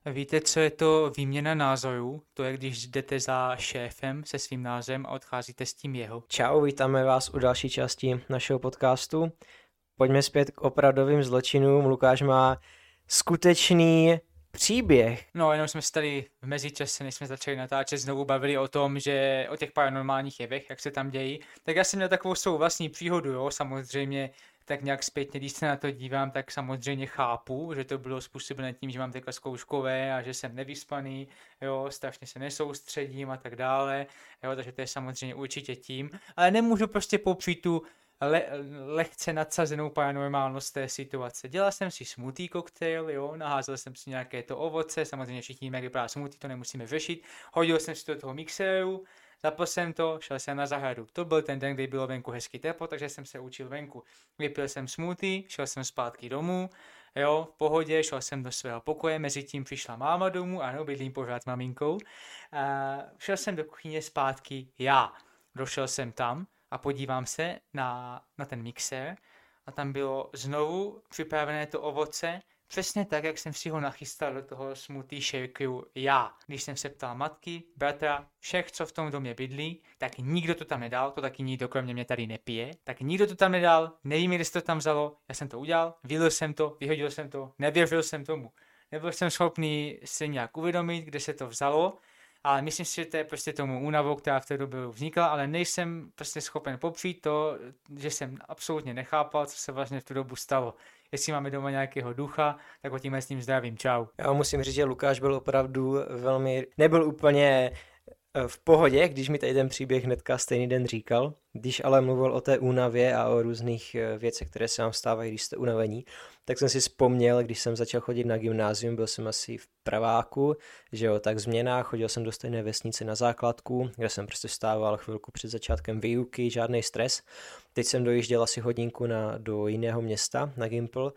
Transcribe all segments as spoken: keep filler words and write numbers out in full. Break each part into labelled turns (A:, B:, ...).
A: Víte, co je to výměna názorů? To je, když jdete za šéfem se svým názorem a odcházíte s tím jeho.
B: Čau, vítáme vás u další části našeho podcastu. Pojďme zpět k opravdovým zločinům. Lukáš má skutečný příběh.
A: No, jenom jsme se tady v mezičase, než jsme začali natáčet, znovu bavili o tom, že o těch paranormálních jevech, jak se tam dějí. Tak já jsem měl takovou svou vlastní příhodu, jo, samozřejmě tak nějak zpětně, když se na to dívám, tak samozřejmě chápu, že to bylo způsobené tím, že mám takhle zkouškové a že jsem nevyspaný, jo, strašně se nesoustředím a tak dále, jo, takže to je samozřejmě určitě tím, ale nemůžu prostě popřít tu le- lehce nadsazenou paranormálnost té situace. Dělal jsem si smoothie koktejl, jo, naházel jsem si nějaké to ovoce, samozřejmě všichni víme, jak vypadá smoothie, to nemusíme řešit, hodil jsem si to do toho mixéru, zapl jsem to, šel jsem na zahradu. To byl ten den, kdy bylo venku hezky teplo, takže jsem se učil venku. Vypil jsem smoothie, šel jsem zpátky domů, jo, v pohodě, šel jsem do svého pokoje, mezi tím přišla máma domů, ano, bydlím pořád s maminkou. A šel jsem do kuchyně zpátky já. Došel jsem tam a podívám se na, na ten mixér a tam bylo znovu připravené to ovoce, přesně tak, jak jsem si ho nachystal do toho smoothie shakeru já. Když jsem se ptal matky, bratra, všech, co v tom domě bydlí, tak nikdo to tam nedal, to taky nikdo kromě mě tady nepije, tak nikdo to tam nedal, nevím, kde se to tam vzalo, já jsem to udělal, vylil jsem to, vyhodil jsem to, nevěřil jsem tomu. Nebyl jsem schopný si nějak uvědomit, kde se to vzalo, ale myslím si, že to je prostě tomu únavou, která v té době vznikla, ale nejsem prostě schopen popřít to, že jsem absolutně nechápal, co se vlastně v tu dobu stalo. Jestli máme doma nějakého ducha, tak ho tímhle s tím zdravím, čau.
B: Já musím říct, že Lukáš byl opravdu velmi, nebyl úplně v pohodě, když mi tady ten příběh hnedka stejný den říkal. Když ale mluvil o té únavě a o různých věcech, které se vám stávají, když jste unavení, tak jsem si vzpomněl, když jsem začal chodit na gymnázium, byl jsem asi v praváku, že jo, tak v změnách, chodil jsem do stejné vesnice na základku, kde jsem prostě vstával chvilku před začátkem výuky, žádný stres. Teď jsem dojížděl asi hodinku na, do jiného města, na Gimpl,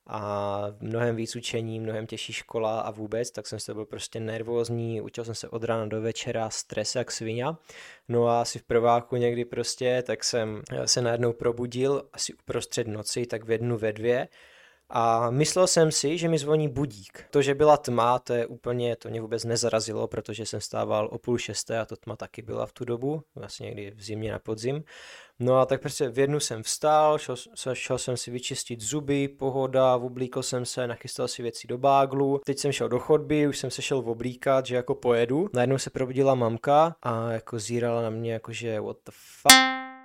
B: a mnohem víc učení, mnohem těžší škola a vůbec, tak jsem se byl prostě nervózní, učil jsem se od rána do večera, stres jak svině. No a asi v prváku někdy prostě, tak jsem se najednou probudil, asi uprostřed noci, tak v jednu, ve dvě. A myslel jsem si, že mi zvoní budík. To, že byla tma, to je úplně, to mě vůbec nezarazilo, protože jsem stával o půl šesté a to tma taky byla v tu dobu, vlastně někdy v zimě na podzim. No a tak prostě v jednu jsem vstál, šel, šel jsem si vyčistit zuby, pohoda, oblíkl jsem se, nachystal si věci do báglu. Teď jsem šel do chodby, už jsem se šel oblíkat, že jako pojedu. Najednou se probudila mamka a jako zírala na mě jako, že what the fuck,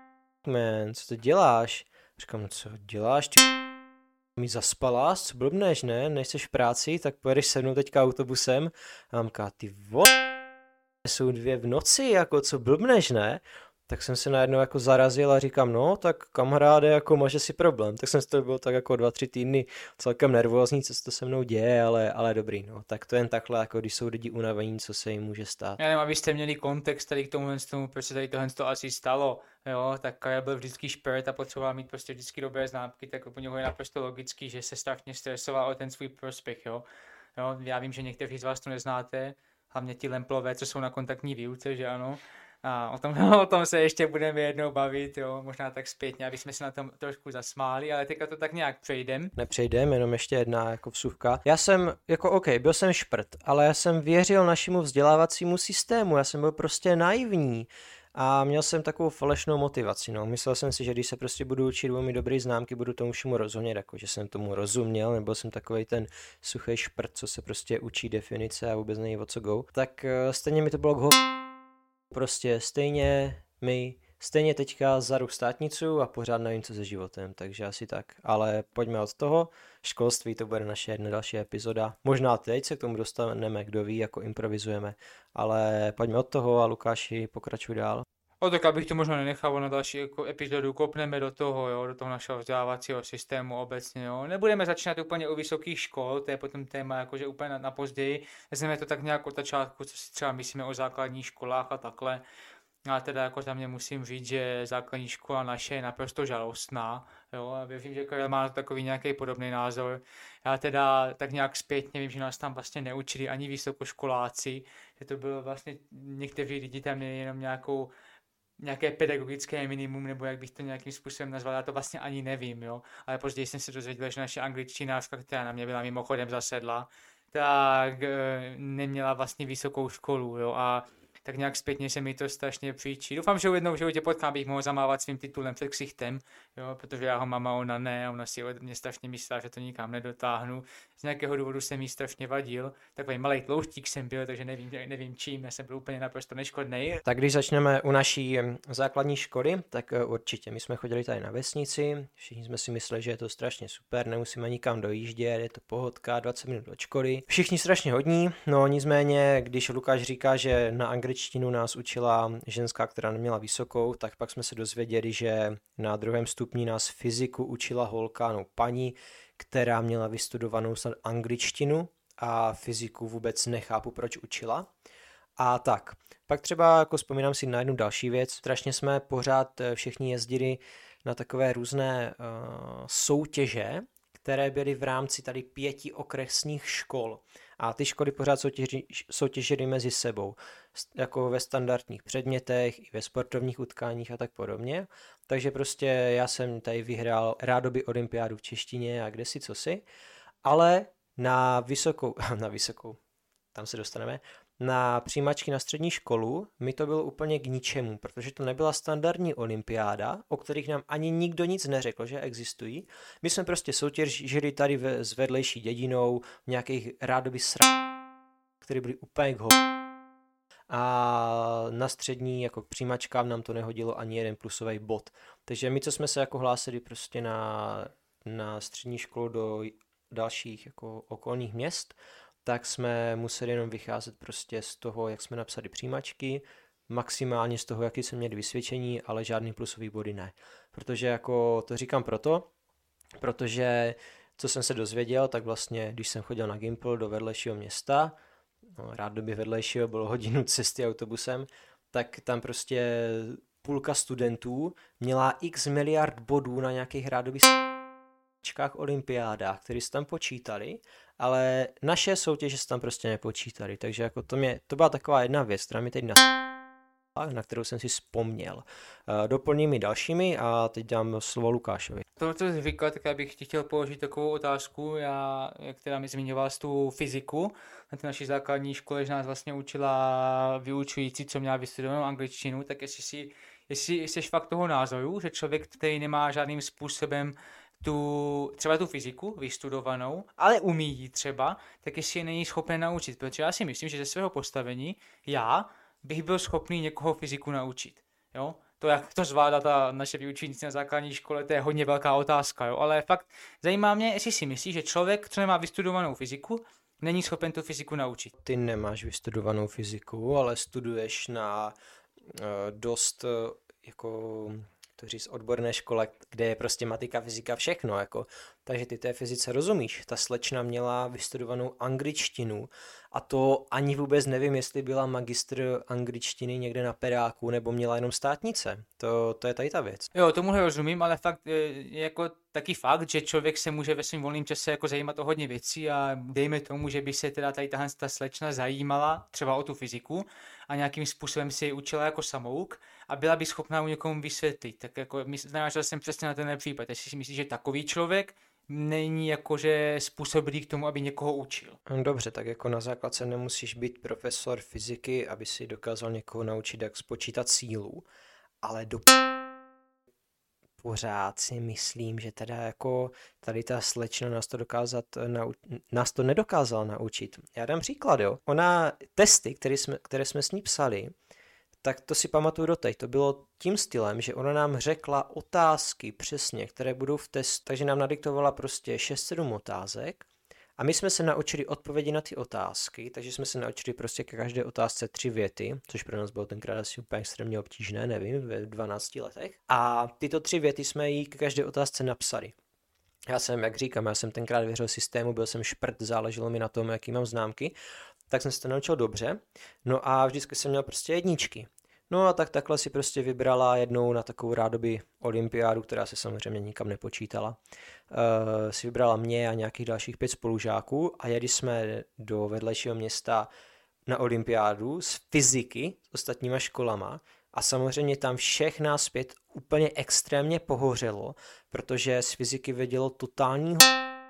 B: man, co to děláš? Říkám, no co děláš, ty mi zaspala, co blbneš, ne? Nejseš v práci, tak pojedeš se mnou teďka autobusem. A mamka, ty vo... jsou dvě v noci, jako co blbneš, ne? Tak jsem se najednou jako zarazil a říkám, no, tak kamaráde, jako máš asi problém. Tak jsem z toho byl tak jako dva, tři týdny celkem nervózní, co se to se mnou děje, ale, ale dobrý, no. Tak to jen takhle, jako když jsou lidi unavení, co se jim může stát.
A: Já nevím, abyste měli kontext tady k tomu, tomu proč se tady tohle to asi stalo, jo, tak Karel byl vždycky špert a potřeboval mít prostě vždycky dobré známky, tak u něho je naprosto logický, že se strašně stresoval o ten svůj prospěch, jo. Jo, já vím, že někteří z vás to neznáte, hlavně ti lemplové, co jsou na kontaktní výuce, že ano. A o tom, o tom se ještě budeme jednou bavit, jo, možná tak zpětně, aby jsme se na tom trošku zasmáli, ale teďka to tak nějak přejdem.
B: Nepřejdem, jenom ještě jedna jako vsuvka. Já jsem, jako OK, byl jsem šprt, ale já jsem věřil našemu vzdělávacímu systému, já jsem byl prostě naivní. A měl jsem takovou falešnou motivaci, no. Myslel jsem si, že když se prostě budu učit, budu mít dobrý známky, budu tomu všemu rozumět, jako že jsem tomu rozuměl, nebo jsem takovej ten suchý šprt, co se prostě učí definice a vůbec neví o co go. Tak uh, stejně mi to bylo k ho... Prostě stejně mi, stejně teďka zaru státnicu a pořád nevím, co se životem, takže asi tak. Ale pojďme od toho, školství, to bude naše jedna další epizoda. Možná teď se k tomu dostaneme, kdo ví, jako improvizujeme, ale pojďme od toho a Lukáši, pokračuj dál.
A: O tak, abych to možná nenechal na další jako epizodu, kopneme do toho, jo, do toho našeho vzdělávacího systému obecně, jo. Nebudeme začínat úplně u vysokých škol, to je potom téma jakože úplně na, na později. Vezmeme to tak nějak od začátku, co si třeba myslíme o základních školách a takhle. A teda jako za mě musím říct, že základní škola naše je naprosto žalostná, jo, a věřím, že Karel má takový nějaký podobný názor. Já teda tak nějak zpětně vím, že nás tam vlastně neučili ani vysokoškoláci, že to bylo vlastně, někteří lidi tam měli jenom nějakou nějaké pedagogické minimum, nebo jak bych to nějakým způsobem nazval, já to vlastně ani nevím, jo. Ale později jsem se dozvěděl, že naše angličtinářka, která na mě byla mimochodem zasedla, tak e, neměla vlastně vysokou školu, jo, a tak nějak zpětně se mi to strašně příčí. Doufám, že jednou v životě potkám, bych mohl zamávat svým titulem před ksichtem, jo, protože já ho mám a ona ne, a ona si od mě strašně myslela, že to nikam nedotáhnu. Z nějakého důvodu jsem jí strašně vadil, takový malý tlouštík jsem byl, takže nevím, nevím čím, já jsem byl úplně naprosto neškodný.
B: Tak když začneme u naší základní školy, tak určitě. My jsme chodili tady na vesnici, všichni jsme si mysleli, že je to strašně super, nemusíme nikam dojíždět, je to pohodka, dvacet minut od školy. Všichni strašně hodní, no nicméně, když Lukáš říká, že na angličtinu nás učila ženská, která neměla vysokou, tak pak jsme se dozvěděli, že na druhém stupni nás fyziku učila holka, no paní, která měla vystudovanou snad angličtinu a fyziku vůbec nechápu, proč učila. A tak, pak třeba jako vzpomínám si na jednu další věc, strašně jsme pořád všichni jezdili na takové různé uh, soutěže, které byly v rámci tady pěti okresních škol. A ty školy pořád soutěži, soutěžily mezi sebou, jako ve standardních předmětech, i ve sportovních utkáních a tak podobně. Takže prostě já jsem tady vyhrál rádoby olympiádu v češtině a kdesi cosi, ale na vysokou, na vysokou, tam se dostaneme, na přijímačky na střední školu mi to bylo úplně k ničemu, protože to nebyla standardní olympiáda, o kterých nám ani nikdo nic neřekl, že existují. My jsme prostě soutěžili tady ve, s vedlejší dědinou v nějakých rádoby sra, které byly úplně k ho... A na střední jako k přijímačkám nám to nehodilo ani jeden plusový bod. Takže my, co jsme se jako hlásili prostě na, na střední školu do dalších jako okolních měst, tak jsme museli jenom vycházet prostě z toho, jak jsme napsali přijímačky, maximálně z toho, jaký jsme měli vysvědčení, ale žádný plusový body ne. Protože jako to říkám proto, protože co jsem se dozvěděl, tak vlastně, když jsem chodil na Gimpl do vedlejšího města, no, rád doby vedlejšího, bylo hodinu cesty autobusem, tak tam prostě půlka studentů měla x miliard bodů na nějakých rádových olympiádách, které se tam počítali, ale naše soutěže se tam prostě nepočítali, takže jako to, mě, to byla taková jedna věc, která mi teď na na kterou jsem si vzpomněl. Doplním mi dalšími a teď dám slovo Lukášovi.
A: To, co jsi říkal, tak já bych ti chtěl položit takovou otázku, já, která mi zmiňovala z tu fyziku. Na té naší základní škole, že nás vlastně učila vyučující, co měla vystudovanou angličtinu, tak jestli si, jestli jsi fakt toho názoru, že člověk, který nemá žádným způsobem tu, třeba tu fyziku vystudovanou, ale umí ji třeba, tak jestli je není schopen naučit, protože já si myslím, že ze svého postavení já bych byl schopný někoho fyziku naučit, jo? To, jak to zvládá ta naše vyučující na základní škole, to je hodně velká otázka, jo? Ale fakt zajímá mě, jestli si myslíš, že člověk, co nemá vystudovanou fyziku, není schopen tu fyziku naučit.
B: Ty nemáš vystudovanou fyziku, ale studuješ na uh, dost uh, jako to říct odborné škole, kde je prostě matika, fyzika, všechno, jako. Takže ty té fyzice rozumíš. Ta slečna měla vystudovanou angličtinu a to ani vůbec nevím, jestli byla magistr angličtiny někde na pedáku, nebo měla jenom státnice. To, to je tady ta věc.
A: Jo, tomuhle rozumím, ale fakt je jako taky fakt, že člověk se může ve svém volném čase jako zajímat o hodně věcí a dejme tomu, že by se teda tady tahle ta slečna zajímala třeba o tu fyziku a nějakým způsobem si ji učila jako samouk a byla by schopná u někomu vysvětlit. Tak jako narážel jsem přesně na ten případ. Jestli si myslíš, že takový člověk není jakože způsobilý k tomu, aby někoho učil.
B: Dobře, tak jako na základce nemusíš být profesor fyziky, aby si dokázal někoho naučit, jak spočítat sílu, ale do pořád si myslím, že teda jako tady ta slečna nás to dokázat, nau... nás to nedokázala naučit. Já dám příklad, jo. Ona testy, které jsme, které jsme s ní psali, tak to si pamatuju doteď. To bylo tím stylem, že ona nám řekla otázky přesně, které budou v testu. Takže nám nadiktovala prostě šest sedm otázek a my jsme se naučili odpovědi na ty otázky, takže jsme se naučili prostě ke každé otázce tři věty, což pro nás bylo tenkrát asi úplně extrémně obtížné, nevím, ve dvanácti letech. A tyto tři věty jsme jí ke každé otázce napsali. Já jsem, jak říkám, já jsem tenkrát věřil systému, byl jsem šprt, záleželo mi na tom, jaký mám známky, tak jsem se to naučil dobře, no a vždycky jsem měl prostě jedničky. No a tak takhle si prostě vybrala jednou na takovou rádoby olympiádu, která se samozřejmě nikam nepočítala. Uh, si vybrala mě a nějakých dalších pět spolužáků a jeli jsme do vedlejšího města na olympiádu z fyziky s ostatníma školama a samozřejmě tam všech nás pět úplně extrémně pohořelo, protože z fyziky vědělo totální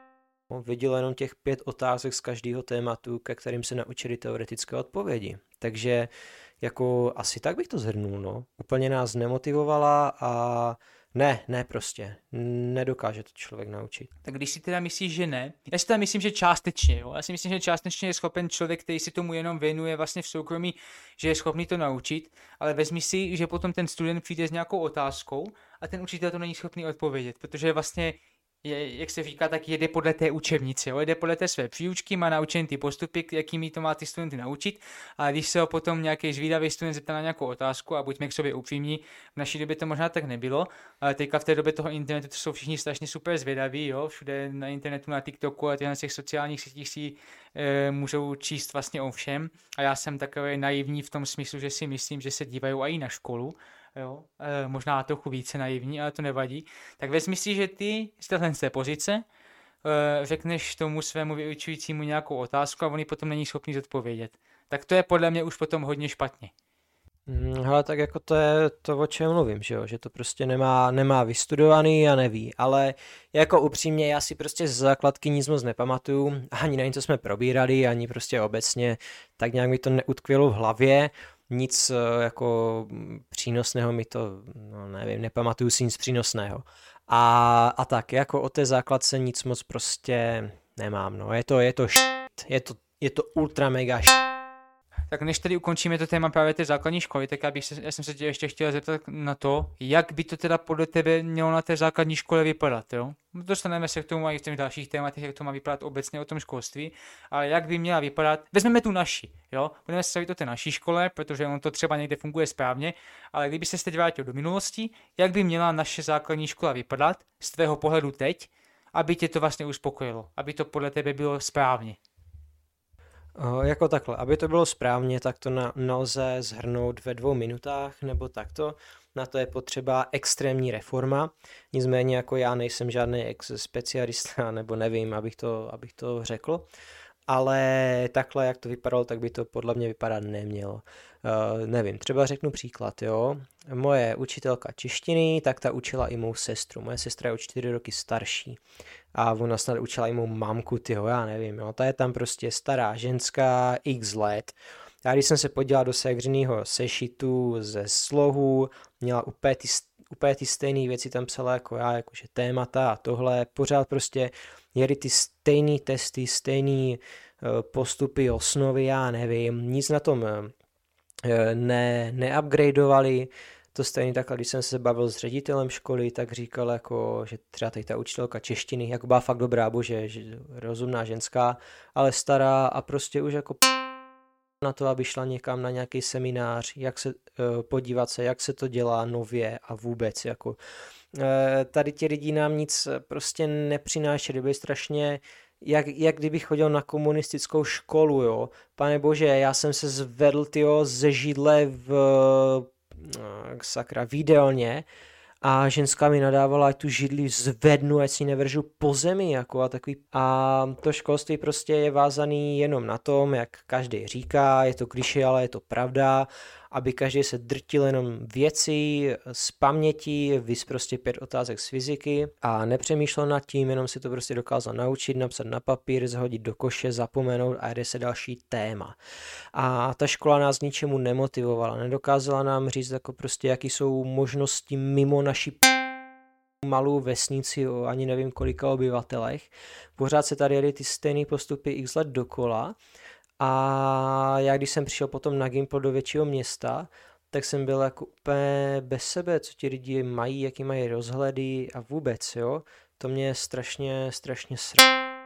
B: viděl jenom těch pět otázek z každého tématu, ke kterým se naučili teoretické odpovědi. Takže jako asi tak bych to zhrnul, no. Úplně nás nemotivovala a ne, ne prostě. Nedokáže to člověk naučit.
A: Tak když si teda myslíš, že ne, já si teda myslím, že částečně, jo. Já si myslím, že částečně je schopen člověk, který si tomu jenom věnuje vlastně v soukromí, že je schopný to naučit, ale vezmi si, že potom ten student přijde s nějakou otázkou a ten učitel to není schopný odpovědět, protože vlastně je, jak se říká, tak jede podle té učebnice, jo? Jede podle té své příučky, má naučený ty postupy, jakými to má ty studenty naučit, a když se ho potom nějaký zvídavý student zeptá na nějakou otázku, a buďme k sobě upřímní, v naší době to možná tak nebylo, ale teďka v té době toho internetu to jsou všichni strašně super zvědaví, jo? Všude na internetu, na TikToku a na těch sociálních sítích si e, můžou číst vlastně o všem, a já jsem takový naivní v tom smyslu, že si myslím, že se dívají i na školu, jo, e, možná trochu více naivní, ale to nevadí, tak vezmi si, že ty z téhle z té pozice e, řekneš tomu svému vyučujícímu nějakou otázku a on ji potom není schopný zodpovědět. Tak to je podle mě už potom hodně špatně.
B: Hele, tak jako to je to, o čem mluvím, že jo, že to prostě nemá, nemá vystudovaný a neví, ale jako upřímně já si prostě z základky nic moc nepamatuju, ani na něco jsme probírali, ani prostě obecně, tak nějak mi to neutkvělo v hlavě, nic jako přínosného mi to, no nevím, nepamatuju si nic přínosného. A, a tak, jako o té základce nic moc prostě nemám, no, je to, je to shit, je to, je to ultra mega shit.
A: Tak než tady ukončíme to téma právě té základní školy, tak já, bych se, já jsem se tě ještě chtěl zeptat na to, jak by to teda podle tebe mělo na té základní škole vypadat, jo? Dostaneme se k tomu i v těch dalších tématech, jak to má vypadat obecně o tom školství, ale jak by měla vypadat, vezmeme tu naši, jo? Budeme se stavit o té naší škole, protože on to třeba někde funguje správně, ale kdyby se teď vrátil do minulosti, jak by měla naše základní škola vypadat z tvého pohledu teď, aby tě to vlastně uspokojilo, aby to podle tebe bylo správně?
B: O, jako takhle, aby to bylo správně, tak to na, nelze zhrnout ve dvou minutách nebo takto. Na to je potřeba extrémní reforma. Nicméně jako já nejsem žádný ex-specialista, nebo nevím, abych to, abych to řekl. Ale takhle, jak to vypadalo, tak by to podle mě vypadat nemělo. Uh, nevím, třeba řeknu příklad, jo. Moje učitelka češtiny, tak ta učila i mou sestru. Moje sestra je o čtyři roky starší. A ona snad učila i mou mamku, tyho, já nevím, jo. Ta je tam prostě stará ženská, x let. Já když jsem se podíval do sekřenýho sešitu ze slohu, měla úplně ty, úplně ty stejné věci tam psala jako já, jakože témata a tohle, pořád prostě jeli ty stejné testy, stejné postupy, osnovy, já nevím, nic na tom ne, neupgradeovali. To stejně takhle, když jsem se bavil s ředitelem školy, tak říkal, jako, že třeba tady ta učitelka češtiny, jako byla fakt dobrá, bože, že rozumná ženská, ale stará a prostě už jako na to, aby šla někam na nějaký seminář, jak se podívat se, jak se to dělá nově a vůbec, jako tady ti lidi nám nic prostě nepřinášeli, byli strašně, jak, jak kdybych chodil na komunistickou školu, jo. Pane bože, já jsem se zvedl, tyjo, ze židle v sakra, v jídelně a ženská mi nadávala, ať tu židli zvednu, ať si nevržu po zemi, jako a takový. A to školství prostě je vázaný jenom na tom, jak každý říká, je to klišé, ale je to pravda, aby každý se drtil jenom věci z paměti, vys prostě pět otázek z fyziky a nepřemýšlel nad tím, jenom si to prostě dokázal naučit, napsat na papír, zhodit do koše, zapomenout a jde se další téma. A ta škola nás ničemu nemotivovala, nedokázala nám říct jako prostě, jaký jsou možnosti mimo naší malou vesnici o ani nevím kolika obyvatelech. Pořád se tady jeli ty stejné postupy x let dokola. A já když jsem přišel potom na Gimpl do většího města, tak jsem byl jako úplně bez sebe, co ti lidi mají, jaký mají rozhledy a vůbec, jo. To mě strašně, strašně sr...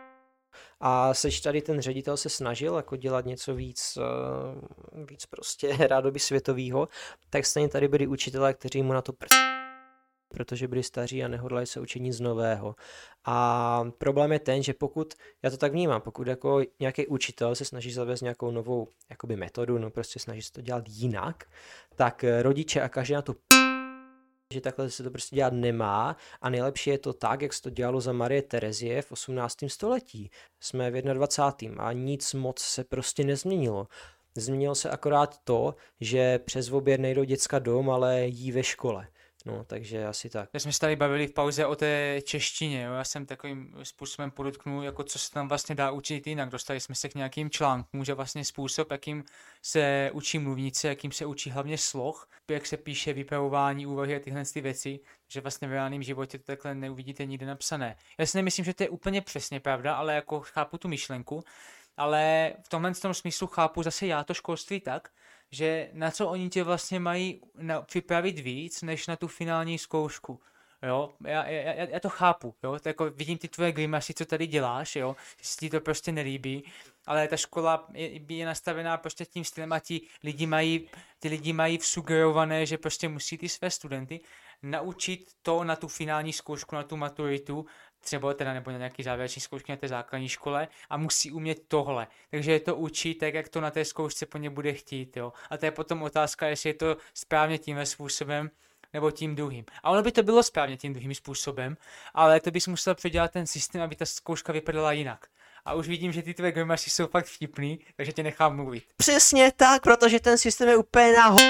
B: A seč tady ten ředitel se snažil jako dělat něco víc, víc prostě rádoby světovýho, tak stejně tady byli učitelé, kteří mu na to pr... protože byli staří a nehodlali se učit nic nového. A problém je ten, že pokud, já to tak vnímám, pokud jako nějaký učitel se snaží zavést nějakou novou jakoby metodu, no prostě snaží se to dělat jinak, tak rodiče a každý na to p... že takhle se to prostě dělat nemá a nejlepší je to tak, jak se to dělalo za Marie Terezie v osmnáctém století. Jsme v jednadvacátém a nic moc se prostě nezměnilo. Změnilo se akorát to, že přes oběd nejdou děcka dom, ale jí ve škole. No, takže asi tak.
A: Já jsme se tady bavili v pauze o té češtině, jo? Já jsem takovým způsobem podotknul, jako co se tam vlastně dá učit jinak. Dostali jsme se k nějakým článkům, že vlastně způsob, jakým se učí mluvnice, jakým se učí hlavně sloh, jak se píše vypravování, úvahy a tyhle ty věci, že vlastně v reálném životě to takhle neuvidíte nikde napsané. Já si nemyslím, že to je úplně přesně pravda, ale jako chápu tu myšlenku, ale v tomhle tom smyslu chápu zase já to školství tak, že na co oni tě vlastně mají na, připravit víc, než na tu finální zkoušku. Jo, já, já, já to chápu, jo, to jako vidím ty tvoje grimasy, co tady děláš, jo, že si ti to prostě nelíbí, ale ta škola je, je nastavená prostě tím stylem a ti lidi mají, ty lidi mají vsugerované, že prostě musí ty své studenty naučit to na tu finální zkoušku, na tu maturitu, třeba teda nebo na nějaký závěrečný zkoušky na té základní škole a musí umět tohle. Takže je to učí tak, jak to na té zkoušce po ně bude chtít, jo. A to je potom otázka, jestli je to správně tímhle způsobem, nebo tím druhým. A ono by to bylo správně tím druhým způsobem, ale to bys musel předělat ten systém, aby ta zkouška vypadala jinak. A už vidím, že ty tvé grimasy jsou fakt vtipný, takže tě nechám mluvit.
B: Přesně tak, protože ten systém je úplně na ho...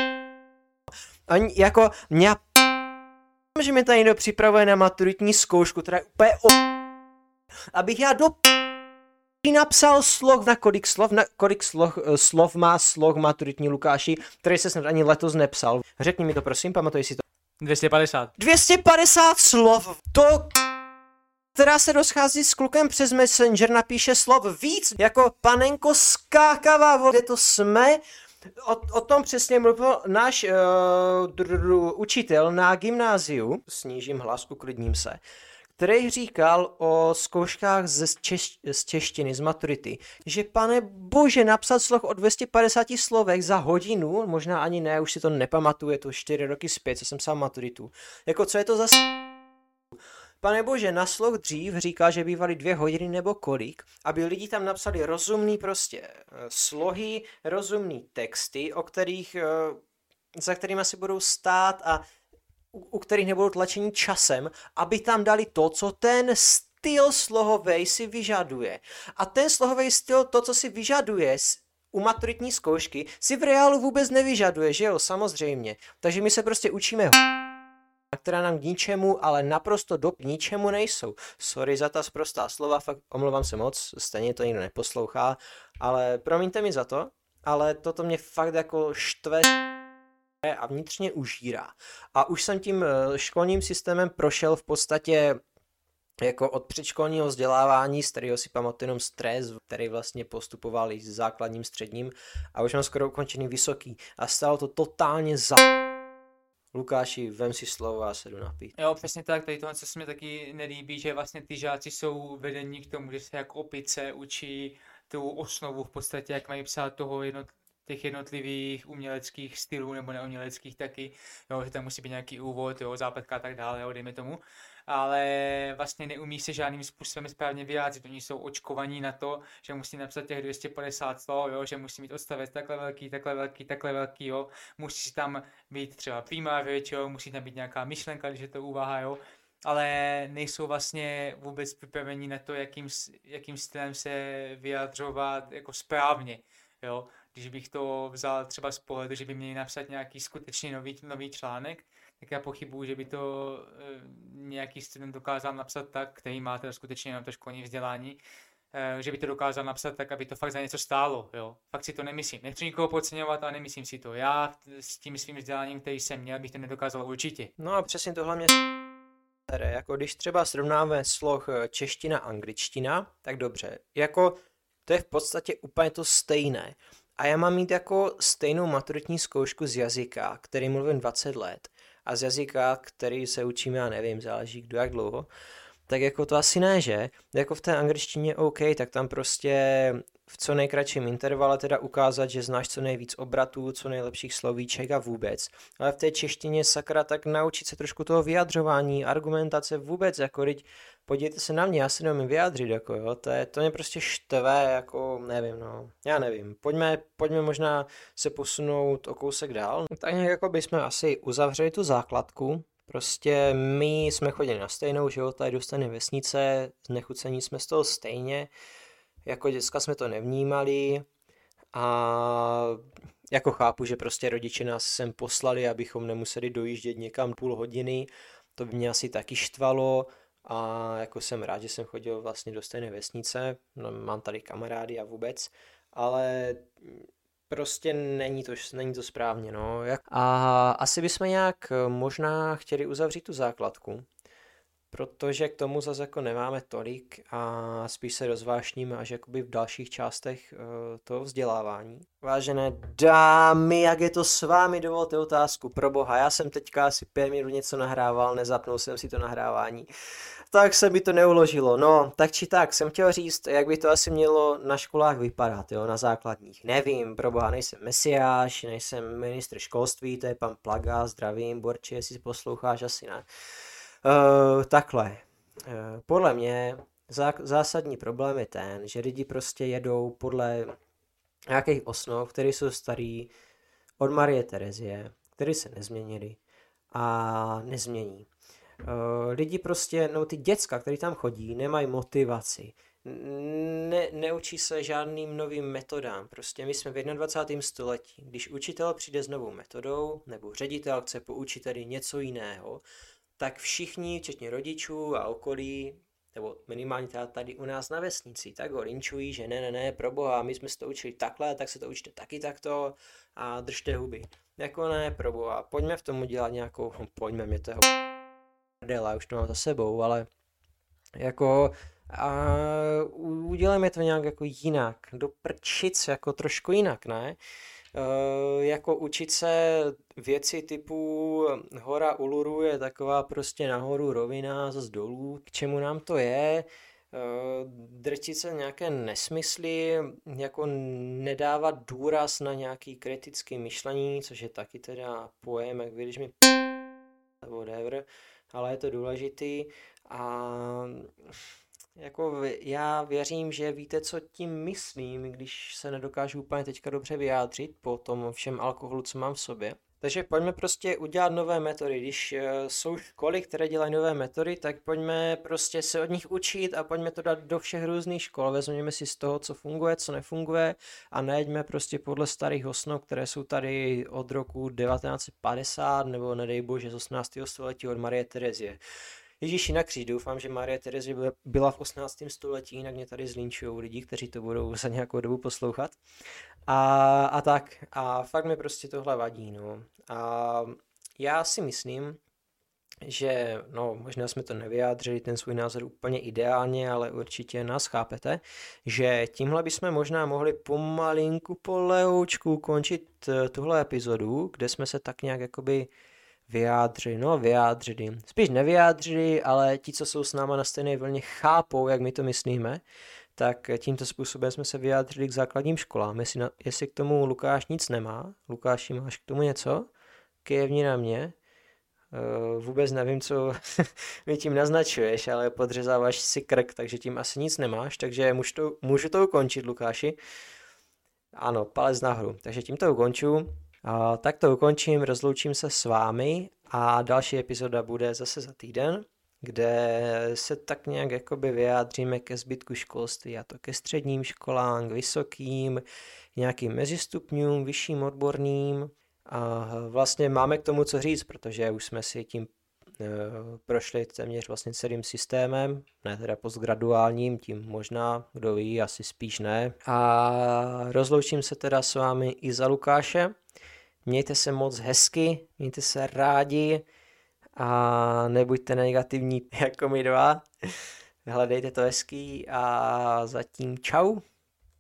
B: Oni jako mě že mi tady někdo připravuje na maturitní zkoušku, která je úplně o... abych já do napsal sloh, na kolik slov, na kolik sloh, slov má sloh maturitní Lukáši, který se snad ani letos nepsal. Řekni mi to prosím, pamatuj si to.
A: dvě stě padesát.
B: dvě stě padesát slov, to která se rozchází s klukem přes Messenger, napíše slov víc, jako panenko skákavá, kde to jsme. O, o tom přesně mluvil náš uh, dr, učitel na gymnáziu, snížím hlas, uklidním se, který říkal o zkouškách ze češ, z češtiny, z maturity, že pane bože, napsat sloh o dvě stě padesáti slovech za hodinu, možná ani ne, už si to nepamatuje, to čtyři roky zpět, co jsem psal maturitu. Jako co je to za... Pane bože, na sloh dřív říká, že bývaly dvě hodiny nebo kolik, aby lidi tam napsali rozumný prostě slohy, rozumný texty, o kterých, za kterými si budou stát a u, u kterých nebudou tlačení časem, aby tam dali to, co ten styl slohovej si vyžaduje. A ten slohovej styl, to, co si vyžaduje u maturitní zkoušky, si v reálu vůbec nevyžaduje, že jo, samozřejmě. Takže my se prostě učíme která nám k ničemu, ale naprosto do ničemu nejsou. Sorry za ta sprostá slova, fakt omlouvám se moc, stejně to nikdo neposlouchá, ale promiňte mi za to, ale toto mě fakt jako štve a vnitřně užírá. A už jsem tím školním systémem prošel v podstatě jako od předškolního vzdělávání, z kterého si pamatuju jenom stres, který vlastně postupoval i s základním, středním a už mám skoro ukončený vysoký a stalo to totálně za... Lukáši, vem si slovo a se jdu napít.
A: Jo, přesně tak, tady tohle, co se mi taky nelíbí, že vlastně ty žáci jsou vedení k tomu, že se jako opice učí tu osnovu v podstatě, jak mají psát toho jednot, těch jednotlivých uměleckých stylů nebo neuměleckých taky, jo, že tam musí být nějaký úvod, jo, zápletka a tak dále, jo, dejme tomu, ale vlastně neumí se žádným způsobem správně vyjádřit, oni jsou očkovaní na to, že musí napsat těch dvě stě padesát slov, jo, že musí mít odstavec takhle velký, takhle velký, takhle velký, jo, musí tam být třeba primár, jo, musí tam být nějaká myšlenka, když je to úvaha, jo, ale nejsou vlastně vůbec připraveni na to, jakým, jakým stylem se vyjadřovat jako správně, jo. Když bych to vzal třeba z pohledu, že by měli napsat nějaký skutečně nový, nový článek, tak já pochybuju, že by to e, nějaký student dokázal napsat tak, který má teda skutečně jenom to školní vzdělání, e, že by to dokázal napsat tak, aby to fakt za něco stálo, jo. Fakt si to nemyslím. Nechci nikoho podceňovat, ale nemyslím si to. Já s tím svým vzděláním, který jsem měl, bych to nedokázal určitě.
B: No a přesně to hlavně jako když třeba srovnáme sloh čeština, angličtina, tak dobře. Jako to je v podstatě úplně to stejné. A já mám mít jako stejnou maturitní zkoušku z jazyka, který mluvím dvacet let, a z jazyka, který se učíme, já nevím, záleží kdo jak dlouho, tak jako to asi ne, že? Jako v té angličtině OK, tak tam prostě v co nejkratším intervale teda ukázat, že znáš co nejvíc obratů, co nejlepších slovíček a vůbec. Ale v té češtině sakra tak naučit se trošku toho vyjadřování, argumentace vůbec, jako teď podívejte se na mě, já se neumím vyjádřit, jako jo, to, je, to mě prostě štve, jako nevím, no, já nevím, pojďme, pojďme možná se posunout o kousek dál, tak nějak jako bychom asi uzavřeli tu základku. Prostě my jsme chodili na stejnou, že jo, tady do stejné vesnice, znechucení jsme z toho stejně, jako děcka jsme to nevnímali a Jako chápu, že prostě rodiče nás sem poslali, abychom nemuseli dojíždět někam půl hodiny, to by mě asi taky štvalo a jako jsem rád, že jsem chodil vlastně do stejné vesnice, no, mám tady kamarády a vůbec, ale prostě není to, není to správně, no. A asi bychom nějak možná chtěli uzavřít tu základku, protože k tomu zase jako nemáme tolik a spíš se rozvášníme až jakoby v dalších částech toho vzdělávání. Vážené dámy, jak je to s vámi, dovolte otázku, pro boha, já jsem teďka asi pět minut něco nahrával, nezapnul jsem si to nahrávání, tak se mi to neuložilo, no, tak či tak, jsem chtěl říct, jak by to asi mělo na školách vypadat, jo, na základních, nevím, pro boha, nejsem mesiáš, nejsem ministr školství, to je pan Plaga, zdravím, Borči, jestli posloucháš, asi ne. Uh, takhle, uh, podle mě zá, zásadní problém je ten, že lidi prostě jedou podle nějakých osnov, které jsou starý od Marie Terezie, které se nezměnily a nezmění. Uh, lidi prostě, no ty děcka, který tam chodí, nemají motivaci, ne, neučí se žádným novým metodám, prostě my jsme v dvacátém prvním století, když učitel přijde s novou metodou, nebo ředitel chce poučit tady něco jiného, tak všichni, včetně rodičů a okolí, nebo minimálně teda tady u nás na vesnici, tak ho linčují, že ne, ne, ne, proboha, my jsme se to učili takhle, tak se to učte taky takto a držte huby. Jako ne, proboha, pojďme v tom udělat nějakou, pojďme, mě to je prdela, už to mám za sebou, ale jako a uděláme to nějak jako jinak, do prčic, jako trošku jinak, ne? Uh, jako učit se věci typu hora Uluru je taková prostě nahoru rovina, zase dolů, k čemu nám to je, uh, drtit se nějaké nesmysly, jako nedávat důraz na nějaký kritický myšlení, což je taky teda pojem, jak když mi whatever, ale je to důležitý a jako já věřím, že víte, co tím myslím, když se nedokážu úplně teďka dobře vyjádřit po tom všem alkoholu, co mám v sobě. Takže pojďme prostě udělat nové metody. Když jsou školy, které dělají nové metody, tak pojďme prostě se od nich učit a pojďme to dát do všech různých škol. Vezměme si z toho, co funguje, co nefunguje a nejeďme prostě podle starých osnov, které jsou tady od roku devatenáct set padesát nebo nedej bože z osmnáctého století od Marie Terezie. Ježíši na kříž, doufám, že Marie Terezie byla v osmnáctém století, jinak mě tady zlinčujou lidi, kteří to budou za nějakou dobu poslouchat. A, a tak, a fakt mi prostě tohle vadí, no. A já si myslím, že, no, možná jsme to nevyjádřili, ten svůj názor úplně ideálně, ale určitě nás chápete, že tímhle bychom možná mohli pomalinku, polehoučku končit tuhle epizodu, kde jsme se tak nějak jakoby vyjádřili, no vyjádřili, spíš nevyjádřili, ale ti, co jsou s náma na stejné vlně, chápou, jak my to myslíme, tak tímto způsobem jsme se vyjádřili k základním školám. Jestli, na, jestli k tomu Lukáš nic nemá, Lukáši, máš k tomu něco? Kyjevni na mě. Uh, vůbec nevím, co mi tím naznačuješ, ale podřezáváš si krk, takže tím asi nic nemáš, takže můžu to, můžu to ukončit, Lukáši. Ano, palec nahoru, takže tím to ukonču. A tak to ukončím, rozloučím se s vámi a další epizoda bude zase za týden, kde se tak nějak jakoby vyjádříme ke zbytku školství, a to ke středním školám, k vysokým, nějakým mezistupňům, vyšším odborným. A vlastně máme k tomu co říct, protože už jsme si tím e, prošli téměř vlastně celým systémem, ne teda postgraduálním, tím možná, kdo ví, asi spíš ne. A rozloučím se teda s vámi i za Lukáše. Mějte se moc hezky, mějte se rádi a nebuďte negativní jako my dva. Hledejte to hezký a zatím čau.